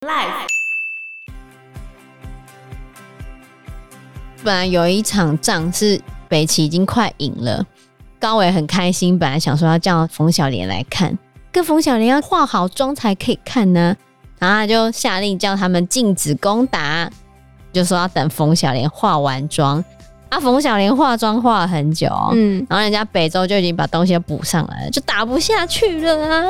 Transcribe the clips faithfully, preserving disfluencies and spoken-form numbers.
Life。 本来有一场仗是北齐已经快赢了，高纬很开心，本来想说要叫冯小莲来看，跟冯小莲要化好妆才可以看呢，然后他就下令叫他们禁止攻打，就说要等冯小莲化完妆。啊，冯小莲化妆化了很久、哦，嗯，然后人家北周就已经把东西补上来了，就打不下去了啊。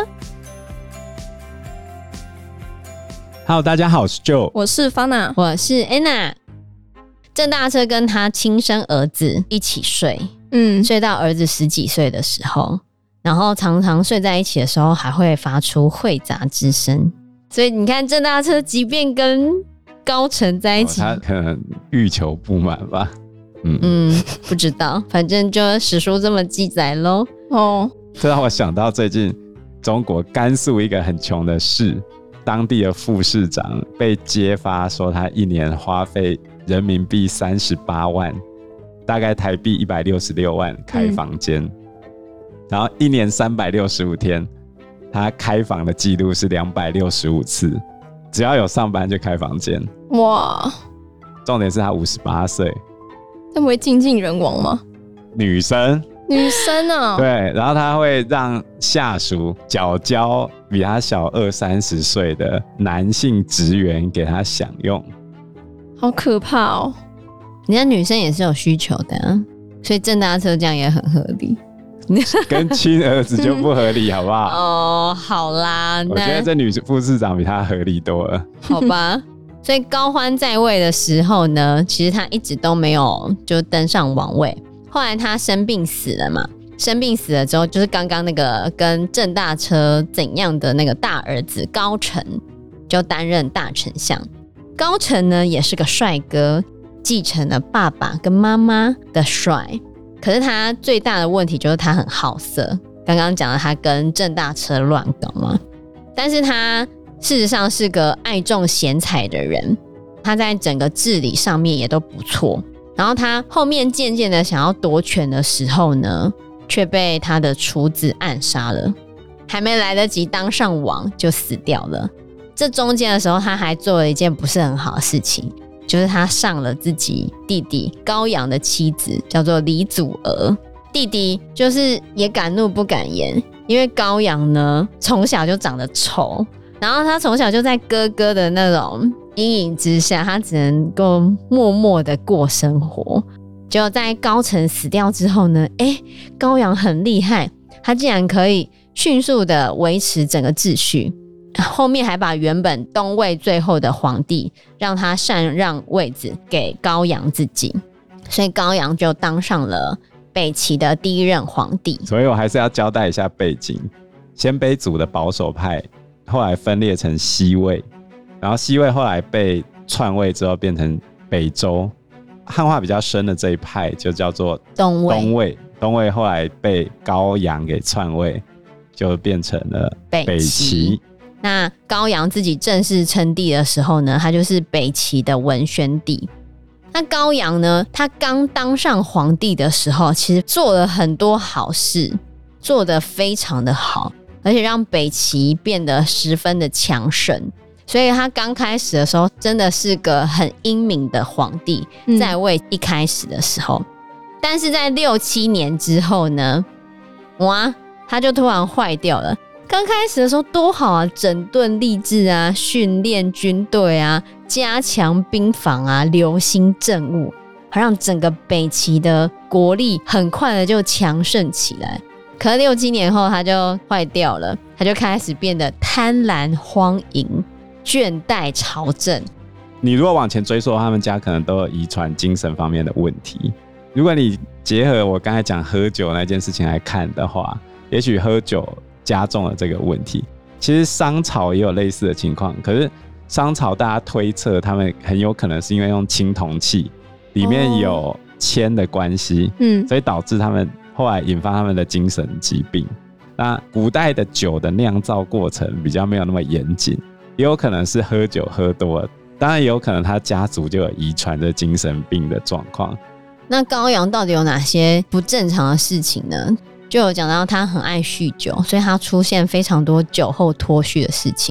Hello， 大家好，我是 Joe， 我是 Fana， 我是 Anna。郑大车跟他亲生儿子一起睡，嗯，睡到儿子十几岁的时候，然后常常睡在一起的时候还会发出会杂之声，所以你看郑大车即便跟高澄在一起、 哦、他可能欲求不满吧，嗯嗯，不知道，反正就史书这么记载咯。 哦， 这让我想到最近中国甘肃一个很穷的市，当地的副市长被揭发说他一年花费人民币三十八万，大概台币一百六十六万开房间、嗯，然后一年三百六十五天，他开房的记录是两百六十五次，只要有上班就开房间。 哇！ 重点是他五十八岁， 这不会精尽人亡吗？ 女生， 女生啊， 对，然后他会让下属缴交比他小二三十岁的男性职员给他享用。 好可怕哦！ 人家女生也是有需求的、啊，所以郑大车这样也很合理。 跟亲儿子就不合理，好不好？ 哦，好啦， 我觉得这女副市长比他合理多了。 好吧，所以高欢在位的时候呢，其实他一直都没有就登上王位。后来他生病死了嘛，生病死了之后，就是刚刚那个跟郑大车怎样的那个大儿子高澄就担任大丞相。高澄呢也是个帅哥，继承了爸爸跟妈妈的帅，可是他最大的问题就是他很好色，刚刚讲了他跟郑大车乱搞嘛，但是他事实上是个爱重贤才的人，他在整个治理上面也都不错，然后他后面渐渐的想要夺权的时候呢，却被他的厨子暗杀了，还没来得及当上王就死掉了。这中间的时候他还做了一件不是很好的事情，就是他上了自己弟弟高阳的妻子，叫做李祖娥。弟弟就是也敢怒不敢言，因为高阳呢从小就长得丑，然后他从小就在哥哥的那种阴影之下，他只能够默默的过生活。结果在高澄死掉之后呢，诶，高阳很厉害，他竟然可以迅速的维持整个秩序，后面还把原本东魏最后的皇帝让他禅让位子给高阳自己，所以高阳就当上了北齐的第一任皇帝。 所以我还是要交代一下背景，鲜卑族的保守派后来分裂成西魏，然后西魏后来被篡位之后变成北周，汉化比较深的这一派就叫做东魏。 东魏，东魏后来被高阳给篡位，就变成了北齐。北齐那高阳自己正式称帝的时候呢，他就是北齐的文宣帝。那高阳呢，他刚当上皇帝的时候，其实做了很多好事，做得非常的好，而且让北齐变得十分的强盛。所以他刚开始的时候真的是个很英明的皇帝，在位一开始的时候、嗯、但是在六七年之后呢，哇，他就突然坏掉了。刚开始的时候多好啊，整顿吏治啊，训练军队啊，加强兵防啊，留心政务，还让整个北齐的国力很快的就强盛起来。可是六七年后他就坏掉了，他就开始变得贪婪荒淫，倦怠朝政。 你如果往前追溯，他们家可能都有遗传精神方面的问题。如果你结合我刚才讲喝酒那件事情来看的话，也许喝酒加重了这个问题。其实商朝也有类似的情况，可是商朝大家推测他们很有可能是因为用青铜器，里面有铅的关系、哦、所以导致他们后来引发他们的精神疾病。那古代的酒的酿造过程比较没有那么严谨，也有可能是喝酒喝多了，当然也有可能他家族就有遗传的精神病的状况。 那高阳到底有哪些不正常的事情呢？就有讲到他很爱酗酒，所以他出现非常多酒后脱序的事情。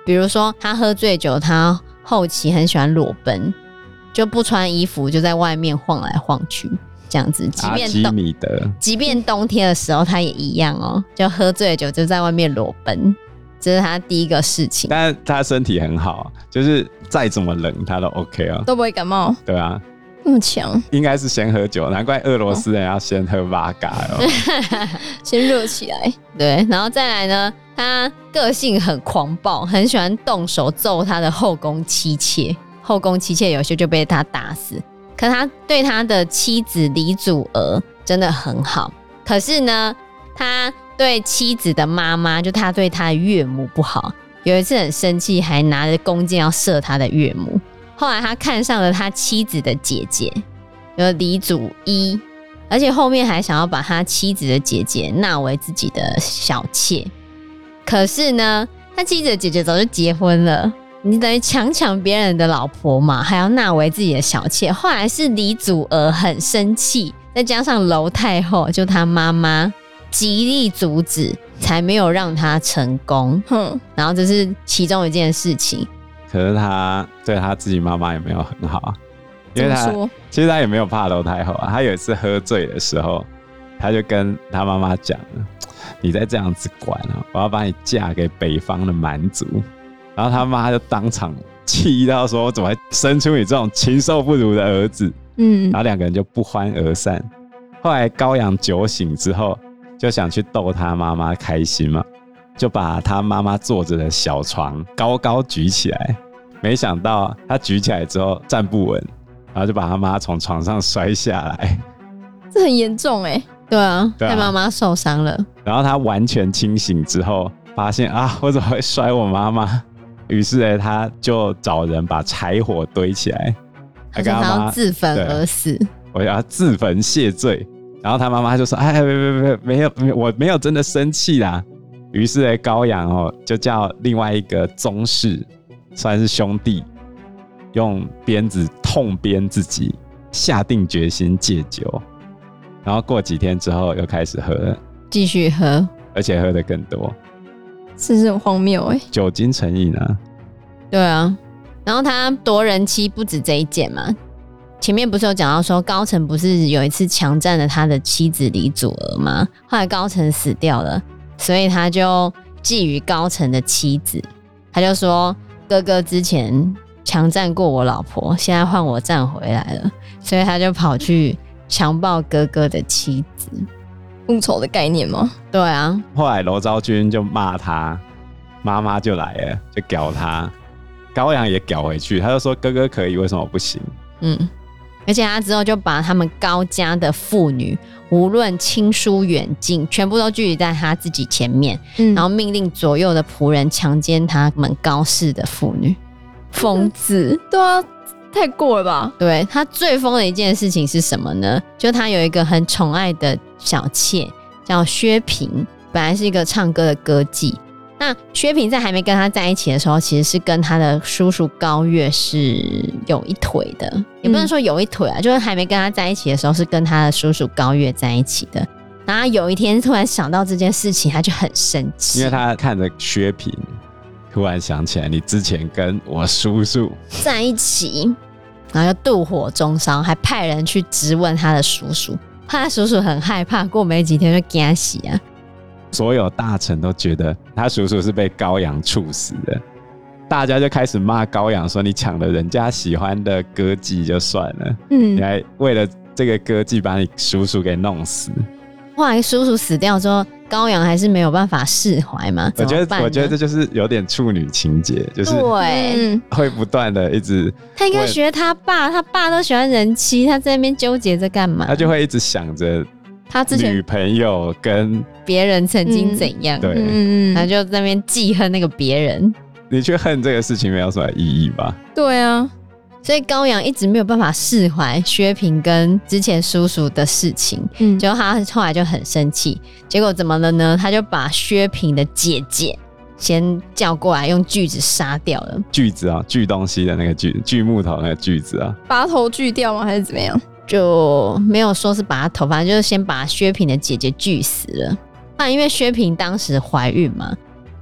比如说他喝醉酒，他后期很喜欢裸奔，就不穿衣服就在外面晃来晃去这样子，即便阿基米德， 即便冬天的时候他也一样哦，就喝醉了酒就在外面裸奔，这是他第一个事情。 但是他身体很好，就是再怎么冷他都 OK 啊， 都不会感冒， 对啊， 那么强， 应该是先喝酒，难怪俄罗斯人要先喝 Vodka 哦。 先热起来。 对，然后再来呢，他个性很狂暴，很喜欢动手揍他的后宫妻妾，后宫妻妾有些就被他打死。可他对他的妻子李祖娥真的很好，可是呢，他对妻子的妈妈，就他对他的岳母不好。有一次很生气，还拿着弓箭要射他的岳母。后来他看上了他妻子的姐姐，有李祖一，而且后面还想要把他妻子的姐姐纳为自己的小妾。可是呢，他妻子的姐姐早就结婚了，你等于强抢别人的老婆嘛，还要纳为自己的小妾。后来是李祖娥很生气，再加上娄太后就他妈妈极力阻止，才没有让他成功。 哼， 然后这是其中一件事情。 可是他对他自己妈妈也没有很好啊，因为他怎么说？ 其实他也没有怕娄太后啊。他有一次喝醉的时候，他就跟他妈妈讲了：“你再这样子管啊，我要把你嫁给北方的蛮族。”然后他妈就当场气到说：“我怎么会生出你这种禽兽不如的儿子？” 嗯， 然后两个人就不欢而散。后来高阳酒醒之后，就想去逗他妈妈开心嘛，就把他妈妈坐着的小床高高举起来。没想到他举起来之后站不稳，然后就把他妈从床上摔下来。 这很严重哎。 对啊， 对啊害妈妈受伤了。 然后他完全清醒之后，发现啊，我怎么会摔我妈妈？于是呢，他就找人把柴火堆起来， 他说他要自焚而死。 我要自焚谢罪。然后他妈妈就说：“哎，别别别，没有，没有，我没有真的生气啦。”于是呢，高阳哦就叫另外一个宗室，算是兄弟，用鞭子痛鞭自己，下定决心戒酒。然后过几天之后又开始喝了， 继续喝， 而且喝得更多， 是不是很荒谬哎？ 酒精成瘾啊。 对啊，然后他夺人妻不止这一件嘛。前面不是有讲到说高澄不是有一次强占了他的妻子李祖娥吗？后来高澄死掉了，所以他就觊觎高澄的妻子，他就说哥哥之前强占过我老婆，现在换我占回来了，所以他就跑去强暴哥哥的妻子。 复仇的概念吗？ 对啊， 后来娄昭君就骂他，妈妈就来了，就屌他，高阳也屌回去，他就说哥哥可以，为什么不行？ 嗯。而且他之后就把他们高家的妇女，无论亲疏远近，全部都聚集在他自己前面， 嗯， 然后命令左右的仆人强奸他们高氏的妇女。疯子。 对啊，太过了吧？ 对，他最疯的一件事情是什么呢？就他有一个很宠爱的小妾叫薛平，本来是一个唱歌的歌妓。那薛平在还没跟他在一起的时候，其实是跟他的叔叔高岳是有一腿的，也不能说有一腿啊，嗯、就是还没跟他在一起的时候是跟他的叔叔高岳在一起的。然后有一天突然想到这件事情，他就很生气， 因为他看着薛平，突然想起来你之前跟我叔叔在一起，然后就妒火中烧，还派人去质问他的叔叔，他的叔叔很害怕，过没几天就惊死啊。 所有大臣都觉得他叔叔是被高阳处死的，大家就开始骂高阳说：“你抢了人家喜欢的歌妓就算了， 嗯， 你还为了这个歌妓把你叔叔给弄死。” 后来叔叔死掉之后，高阳还是没有办法释怀嘛？ 我觉得，我觉得这就是有点处女情节，就是对， 会不断的一直， 他应该学他爸，他爸都喜欢人妻，他在那边纠结着干嘛？ 他就会一直想着。 他之前女朋友跟别人曾经怎样， 嗯、对， 嗯，他就在那边记恨那个别人。 你去恨这个事情没有什么意义吧？ 对啊， 所以高阳一直没有办法释怀薛平跟之前叔叔的事情，嗯，结果他后来就很生气，结果怎么了呢？他就把薛平的姐姐先叫过来，用锯子杀掉了。 锯子啊，锯东西的那个锯，锯木头那个锯子啊， 把头锯掉吗？还是怎么样？ 就没有说是把他头，反正就是先把薛平的姐姐锯死了。那因为薛平当时怀孕嘛，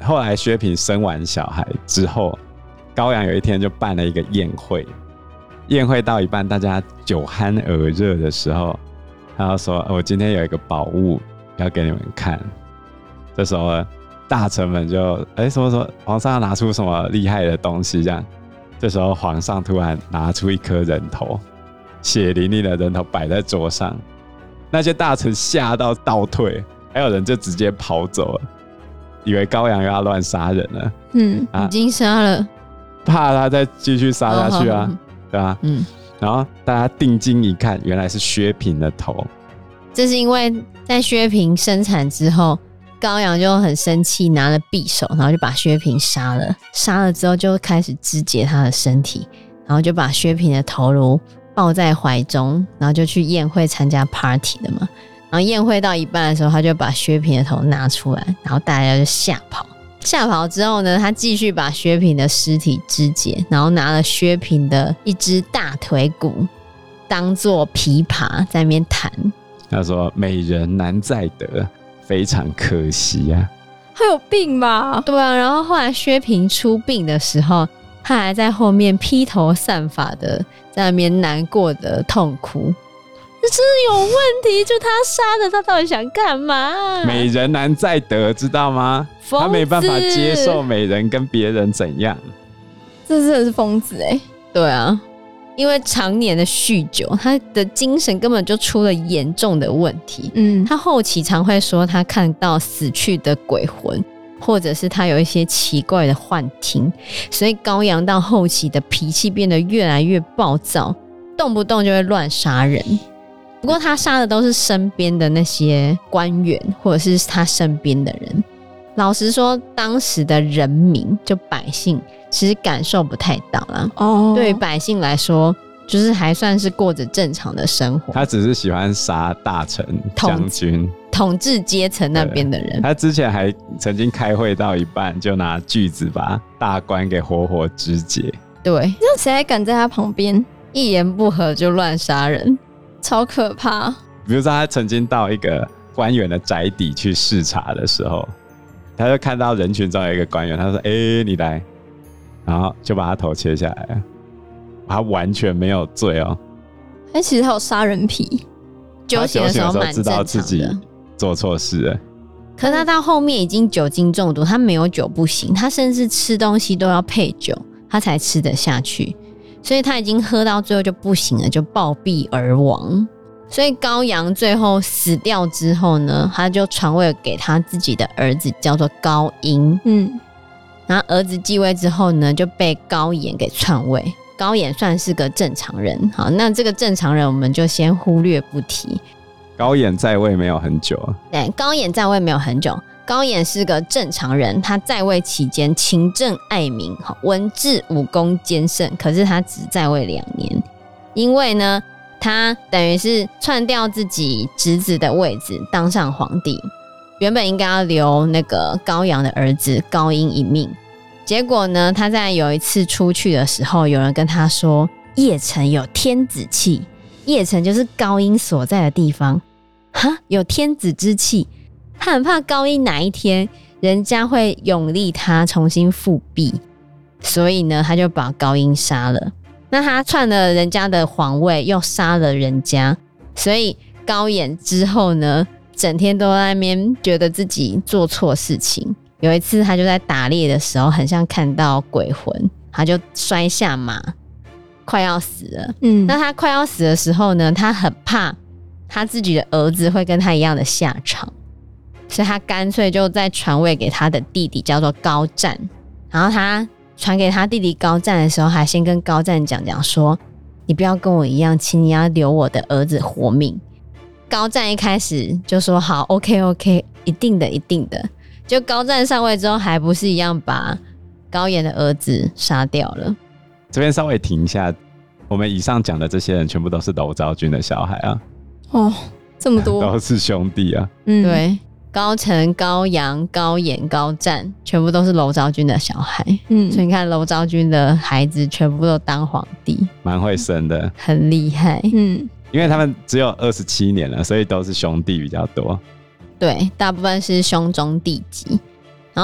后来薛平生完小孩之后，高阳有一天就办了一个宴会，宴会到一半，大家酒酣耳热的时候，他就说：“我今天有一个宝物要给你们看。”这时候大臣们就哎说说皇上要拿出什么厉害的东西这样。这时候皇上突然拿出一颗人头，血淋淋的人头摆在桌上，那些大臣吓到倒退，还有人就直接跑走了，以为高阳又要乱杀人了。 嗯， 啊已经杀了， 怕他再继续杀下去啊， 哦对吧、啊？ 嗯， 然后大家定睛一看，原来是薛平的头。 这是因为在薛平生产之后，高阳就很生气，拿了匕首，然后就把薛平杀了。杀了之后就开始肢解他的身体，然后就把薛平的头颅抱在怀中，然后就去宴会参加 party 了嘛。然后宴会到一半的时候，他就把薛平的头拿出来，然后大家就吓跑。吓跑之后呢，他继续把薛平的尸体肢解，然后拿了薛平的一只大腿骨当做琵琶在那边弹。 他说：“美人难再得，非常可惜啊。” 他有病吧？ 对啊，然后后来薛平出殡的时候，他还在后面披头散发的在那边难过的痛哭。这真的有问题，就他杀的，他到底想干嘛？ 美人难再得，知道吗？ 疯子他没办法接受美人跟别人怎样。 这真的是疯子哎、欸！ 对啊，因为常年的酗酒，他的精神根本就出了严重的问题。 嗯， 他后期常会说他看到死去的鬼魂，或者是他有一些奇怪的幻听，所以高阳到后期的脾气变得越来越暴躁，动不动就会乱杀人。不过他杀的都是身边的那些官员，或者是他身边的人。老实说，当时的人民就百姓其实感受不太到啦。 哦， 对于百姓来说，就是还算是过着正常的生活。 他只是喜欢杀大臣、将军、 统治阶层那边的人。 他之前还曾经开会到一半，就拿锯子把大官给活活肢解。 对， 这样谁还敢在他旁边？ 一言不合就乱杀人， 超可怕。 比如说，他曾经到一个官员的宅邸去视察的时候，他就看到人群中有一个官员，他说：“哎、欸，你来。”然后就把他头切下来了。他完全没有罪哦。 哎，其实他有杀人癖。 酒醒的时候蛮知道自己做错事了。 可是他到后面已经酒精中毒，他没有酒不行，他甚至吃东西都要配酒，他才吃得下去。所以他已经喝到最后就不行了，就暴毙而亡。所以高阳最后死掉之后呢，他就传位给他自己的儿子，叫做高音。 嗯， 然后儿子继位之后呢，就被高衍给篡位。高衍算是个正常人，好，那这个正常人我们就先忽略不提。 高衍在位没有很久， 对，高衍在位没有很久。高衍是个正常人，他在位期间勤政爱民，文治武功兼盛，可是他只在位两年，因为呢，他等于是篡掉自己侄子的位置，当上皇帝。原本应该要留那个高阳的儿子高音一命，结果呢，他在有一次出去的时候，有人跟他说，邺城有天子气，邺城就是高音所在的地方，哈，有天子之气。他很怕高音哪一天人家会拥立他重新复辟，所以呢，他就把高音杀了。那他篡了人家的皇位，又杀了人家，所以高衍之后呢，整天都在那边觉得自己做错事情。有一次他就在打猎的时候，很像看到鬼魂，他就摔下马，快要死了。 嗯， 那他快要死的时候呢，他很怕他自己的儿子会跟他一样的下场，所以他干脆就再传位给他的弟弟，叫做高湛。然后他传给他弟弟高湛的时候，还先跟高湛讲讲说，你不要跟我一样，请你要留我的儿子活命。高湛一开始就说好 OK OK， 一定的一定的。就高湛上位之后，还不是一样把高衍的儿子杀掉了。 这边稍微停一下，我们以上讲的这些人全部都是娄昭君的小孩啊。 哦，这么多都是兄弟啊。 嗯， 对，高澄、高阳、高衍、高湛，全部都是娄昭君的小孩。 嗯， 所以你看娄昭君的孩子全部都当皇帝， 蛮会生的， 很厉害。 嗯， 因为他们只有二十七年了，所以都是兄弟比较多。 对，大部分是兄终弟及。然后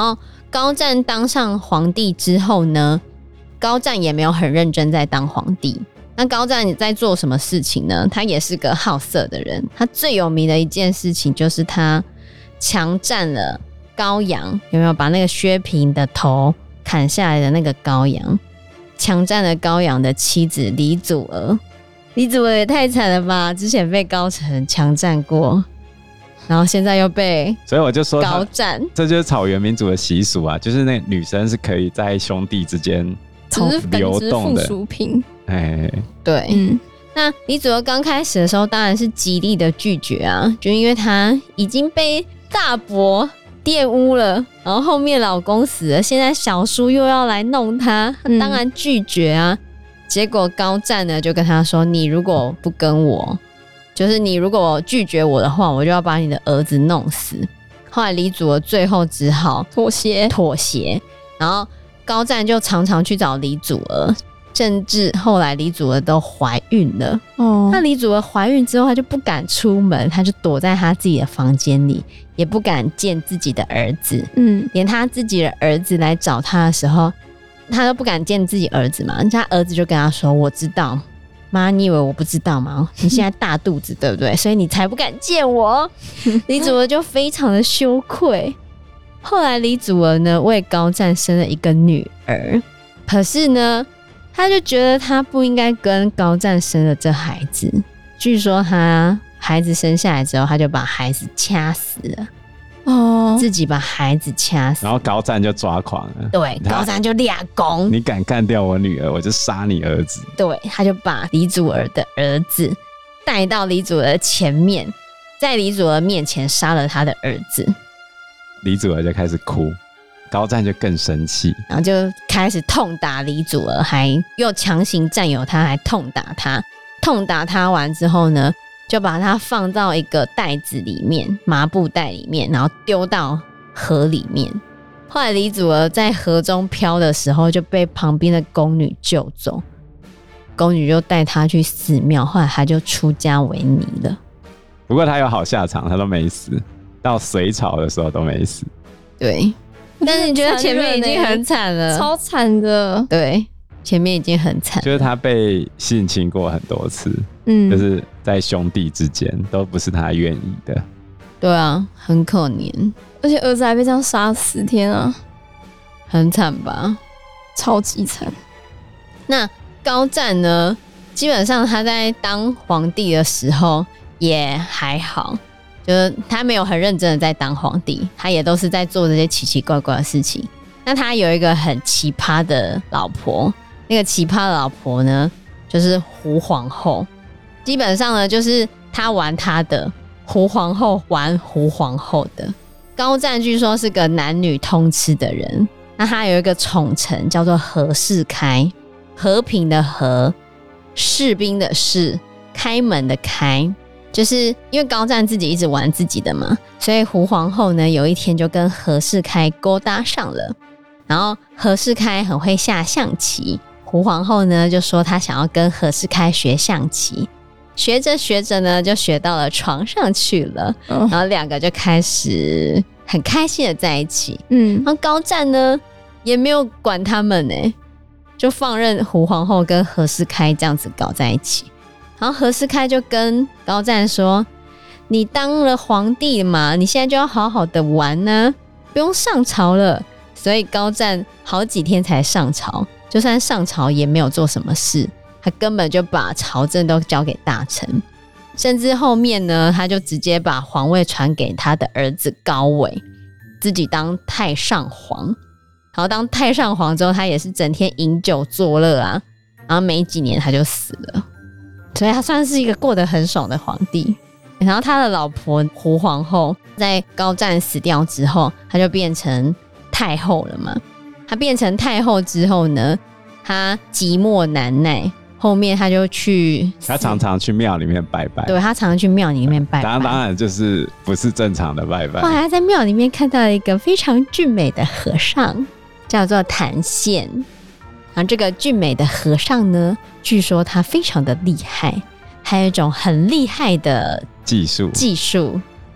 高湛当上皇帝之后呢，高湛也没有很认真在当皇帝。那高湛在做什么事情呢？他也是个好色的人。他最有名的一件事情就是他强占了高阳，有没有把那个薛平的头砍下来的那个高阳，强占了高阳的妻子李祖儿。李祖儿也太惨了吧！之前被高澄强占过，然后现在又被所以我就说高湛， 这就是草原民族的习俗啊，就是那女生是可以在兄弟之间流动的附属品。 哎， 对，嗯，那李祖儿刚开始的时候当然是极力的拒绝啊，就因为她已经被大伯玷污了，然后后面老公死了，现在小叔又要来弄她，她当然拒绝啊。嗯、结果高湛呢就跟他说：“你如果不跟我，就是你如果拒绝我的话，我就要把你的儿子弄死。”后来李祖儿最后只好妥协， 妥协，然后高湛就常常去找李祖儿。甚至后来李祖儿都怀孕了，哦，那李祖儿怀孕之后，她就不敢出门，她就躲在她自己的房间里，也不敢见自己的儿子，嗯，连她自己的儿子来找她的时候，她都不敢见自己儿子嘛。她儿子就跟她说：“我知道，妈，你以为我不知道吗？你现在大肚子，对不对？所以你才不敢见我。”李祖儿就非常的羞愧。后来李祖儿呢，为高湛生了一个女儿，可是呢，他就觉得他不应该跟高湛生了这孩子。据说他孩子生下来之后，他就把孩子掐死了，哦，自己把孩子掐死， 然后高湛就抓狂了。 对，高湛就俩公， 你敢干掉我女儿，我就杀你儿子。 对，他就把李祖儿的儿子带到李祖儿前面，在李祖儿面前杀了他的儿子。 李祖儿就开始哭。高湛就更生气， 然后就开始痛打李祖儿，还又强行占有他，还痛打他。痛打他完之后呢，就把他放到一个袋子里面，麻布袋里面，然后丢到河里面。后来李祖儿在河中漂的时候，就被旁边的宫女救走，宫女就带他去寺庙，后来他就出家为尼了。 不过他有好下场，他都没死，到隋朝的时候都没死。 对。但是你觉得前面已经很惨了， 超惨的。 对，前面已经很惨， 就是他被性侵过很多次，嗯，就是在兄弟之间都不是他愿意的。 对啊，很可怜， 而且儿子还被这样杀死，天啊， 很惨吧？ 超级惨。 那高湛呢？基本上他在当皇帝的时候也还好。就是他没有很认真的在当皇帝，他也都是在做这些奇奇怪怪的事情。那他有一个很奇葩的老婆，那个奇葩的老婆呢，就是胡皇后。基本上呢，就是他玩他的，胡皇后玩胡皇后的。高湛据说是个男女通吃的人。那他有一个宠臣叫做和士开，和平的和，士兵的士，开门的开。就是因为高湛自己一直玩自己的嘛，所以胡皇后呢有一天就跟和士开勾搭上了。然后和士开很会下象棋，胡皇后呢就说她想要跟和士开学象棋，学着学着呢就学到了床上去了，哦、然后两个就开始很开心的在一起。嗯，然后高湛呢也没有管他们呢，就放任胡皇后跟和士开这样子搞在一起。然后和士开就跟高湛说：“你当了皇帝嘛，你现在就要好好的玩呢、啊，不用上朝了。”所以高湛好几天才上朝，就算上朝也没有做什么事，他根本就把朝政都交给大臣，甚至后面呢，他就直接把皇位传给他的儿子高纬，自己当太上皇。然后当太上皇之后，他也是整天饮酒作乐啊，然后没几年他就死了。所以他算是一个过得很爽的皇帝。然后他的老婆胡皇后在高湛死掉之后，他就变成太后了嘛。他变成太后之后呢，他寂寞难耐，后面他就去， 他常常去庙里面拜拜。 对，他常常去庙里面拜拜。 当然就是不是正常的拜拜。 后来他在庙里面看到了一个非常俊美的和尚，叫做谭宪。然后这个俊美的和尚呢，据说他非常的厉害，还有一种很厉害的技术。 技术，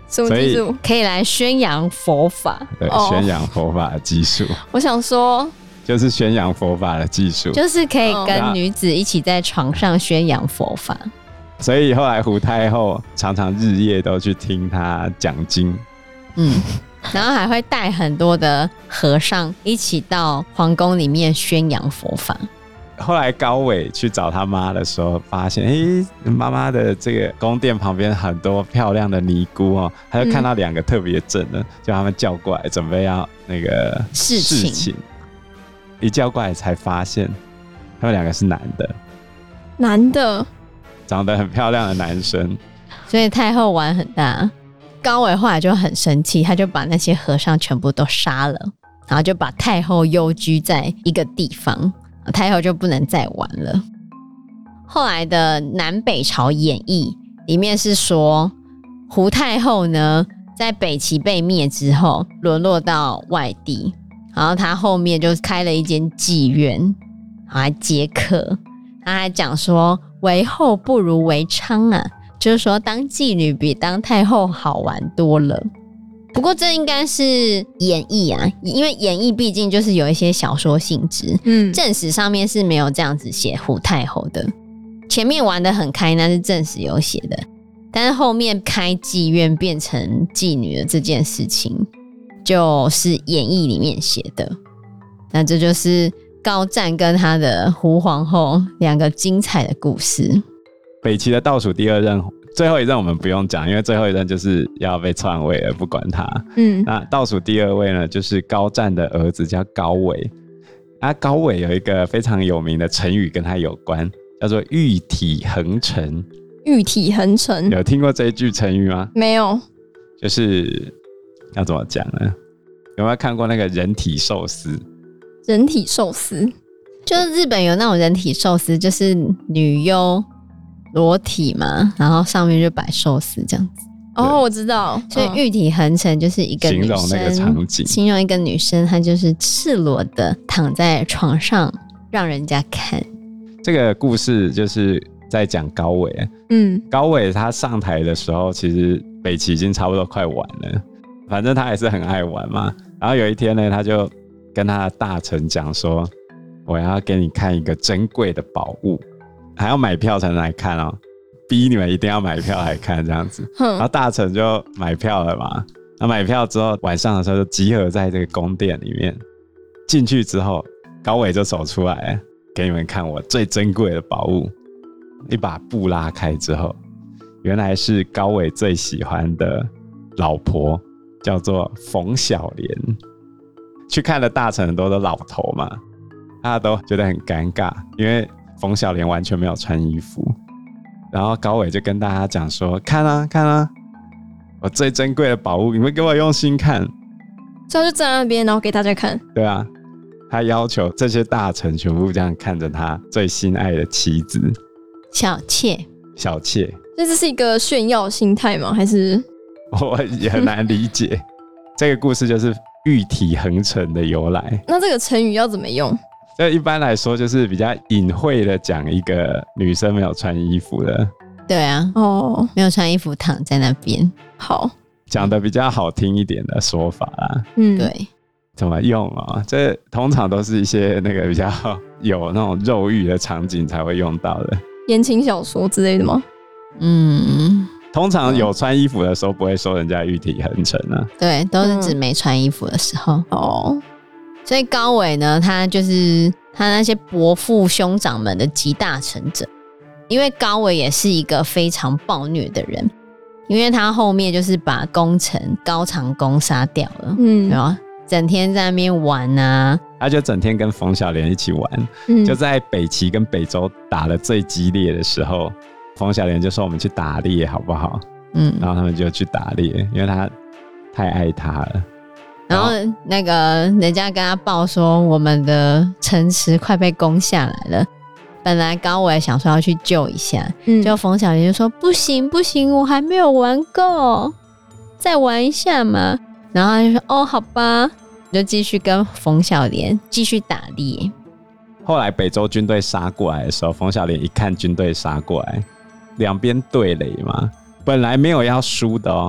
什么所以技术？ 可以来宣扬佛法， 对， 哦宣扬佛法的技术， 我想说， 就是宣扬佛法的技术。 就是可以哦跟女子一起在床上宣扬佛法。 所以后来胡太后常常日夜都去听他讲经。 嗯，然后还会带很多的和尚一起到皇宫里面宣扬佛法。 后来高伟去找他妈的时候，发现哎，妈妈的这个宫殿旁边很多漂亮的尼姑哦，他就看到两个特别正的，嗯、就他们叫过来，准备要那个侍寝。 侍寝一叫过来才发现，他们两个是男的， 男的， 长得很漂亮的男生。 所以太后玩很大。高伟后来就很生气，他就把那些和尚全部都杀了，然后就把太后幽居在一个地方。太后就不能再玩了。后来的南北朝演义里面是说，胡太后呢，在北齐被灭之后，沦落到外地，然后她后面就开了一间妓院，然后还接客。她还讲说，为后不如为娼啊，就是说当妓女比当太后好玩多了。不过这应该是演义啊，因为演义毕竟就是有一些小说性质， 嗯， 正史上面是没有这样子写胡太后的。前面玩得很开，那是正史有写的，但是后面开妓院变成妓女的这件事情，就是演义里面写的。那这就是高湛跟他的胡皇后两个精彩的故事。 北齐的倒数第二任。最后一任我们不用讲，因为最后一任就是要被篡位了，不管他。 嗯， 那倒数第二位呢，就是高湛的儿子叫高纬。啊，高纬有一个非常有名的成语跟他有关，叫做玉体横陈。 玉体横陈， 有听过这一句成语吗？ 没有。 就是要怎么讲呢？有没有看过那个人体寿司？ 人体寿司， 就是日本有那种人体寿司，就是女优裸体嘛，然后上面就摆寿司这样子。 哦，我知道， 所以玉体横陈就是一个女生， 形容那个场景， 形容一个女生，她就是赤裸的躺在床上，让人家看。 这个故事就是在讲高纬。 嗯， 高纬他上台的时候，其实北齐已经差不多快完了，反正他也是很爱玩嘛。然后有一天呢，他就跟他的大臣讲说：“我要给你看一个珍贵的宝物。”还要买票才能来看哦，逼你们一定要买票来看这样子。然后大臣就买票了嘛，那买票之后晚上的时候就集合在这个宫殿里面。进去之后，高纬就走出来，给你们看我最珍贵的宝物。一把布拉开之后，原来是高纬最喜欢的老婆，叫做冯小莲。去看的大臣很多都老头嘛，大家都觉得很尴尬，因为冯小莲完全没有穿衣服。然后高纬就跟大家讲说：“看啊看啊，我最珍贵的宝物，你们给我用心看。” 所以他就站在那边，然后给大家看。 对啊，他要求这些大臣全部这样看着他最心爱的妻子小妾。 小妾。 所以这是一个炫耀心态吗？还是我也很难理解。这个故事就是玉体横陈的由来。 那这个成语要怎么用？ 这一般来说就是比较隐晦的讲一个女生没有穿衣服的。 对啊， 哦， 没有穿衣服躺在那边。 好， 讲的比较好听一点的说法啦。 嗯， 对， 怎么用啊？这通常都是一些那个比较有那种肉欲的场景才会用到的。 言情小说之类的吗？ 嗯， 通常有穿衣服的时候不会说人家玉体横陈啊。 对，都是指没穿衣服的时候。 哦， 所以高纬呢，他就是他那些伯父兄长们的集大成者。因为高纬也是一个非常暴虐的人，因为他后面就是把功臣高长恭杀掉了， 嗯， 对吧？整天在那边玩啊， 他就整天跟冯小莲一起玩， 嗯， 就在北齐跟北周打得最激烈的时候，冯小莲就说我们去打猎好不好？ 嗯， 然后他们就去打猎，因为他太爱他了。 然后那个人家跟他报说我们的城池快被攻下来了，本来高纬想说要去救一下， 嗯， 就冯小莲就说不行不行，我还没有玩够，再玩一下嘛。然后他就说哦好吧，就继续跟冯小莲继续打猎。 后来北周军队杀过来的时候，冯小莲一看军队杀过来，两边对垒嘛，本来没有要输的哦，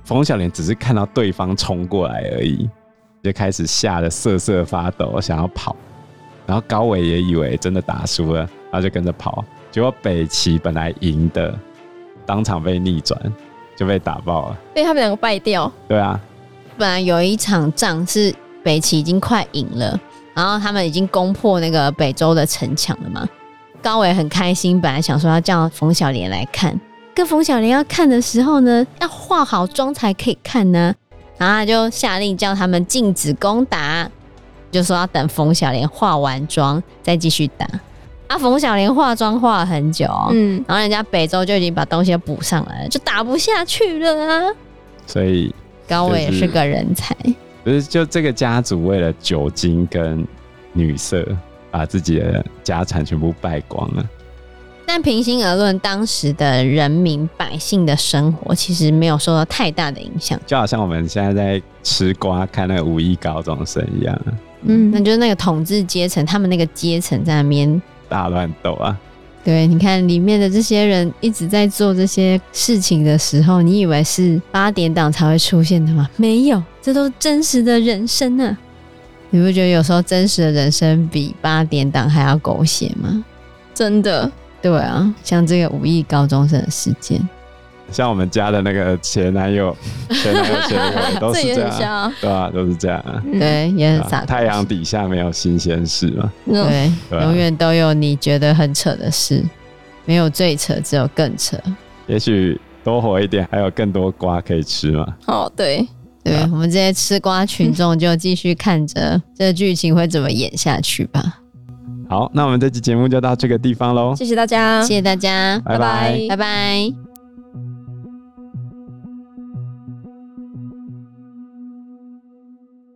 冯小莲只是看到对方冲过来而已，就开始吓得瑟瑟发抖，想要跑。然后高伟也以为真的打输了，然后就跟着跑。结果北齐本来赢的，当场被逆转，就被打爆了。 被他们两个败掉。 对啊， 本来有一场仗是北齐已经快赢了，然后他们已经攻破那个北周的城墙了嘛。高伟很开心，本来想说要叫冯小莲来看，跟冯小莲要看的时候呢，要化好妆才可以看呢。然后他就下令叫他们禁止攻打，就说要等冯小莲化完妆再继续打。啊，冯小莲化妆化了很久、哦，嗯，然后人家北周就已经把东西都补上来了，就打不下去了啊。 所以、就是、 高伟也是个人才， 就是就这个家族为了酒精跟女色，把自己的家产全部败光了。 但平心而论，当时的人民百姓的生活其实没有受到太大的影响， 就好像我们现在在吃瓜看那个五亿高中生一样。 嗯，那就是那个统治阶层，他们那个阶层在那边大乱斗啊。 对，你看里面的这些人一直在做这些事情的时候，你以为是八点档才会出现的吗？没有，这都是真实的人生啊。你不觉得有时候真实的人生比八点档还要狗血吗？ 真的。 对啊，像这个五亿高中生的事件， 像我们家的那个前男友、前男友、前女友都是这样， 啊、 对吧、啊？都是这样、啊， 对，也很洒脱。 太阳底下没有新鲜事嘛， 对， 对啊、 永远都有你觉得很扯的事，没有最扯，只有更扯。 也许多活一点，还有更多瓜可以吃嘛。 哦，对， 对，我们这些吃瓜群众就继续看着这剧情会怎么演下去吧。 好，那我们这期节目就到这个地方咯， 谢谢大家， 谢谢大家， 拜拜， 拜拜。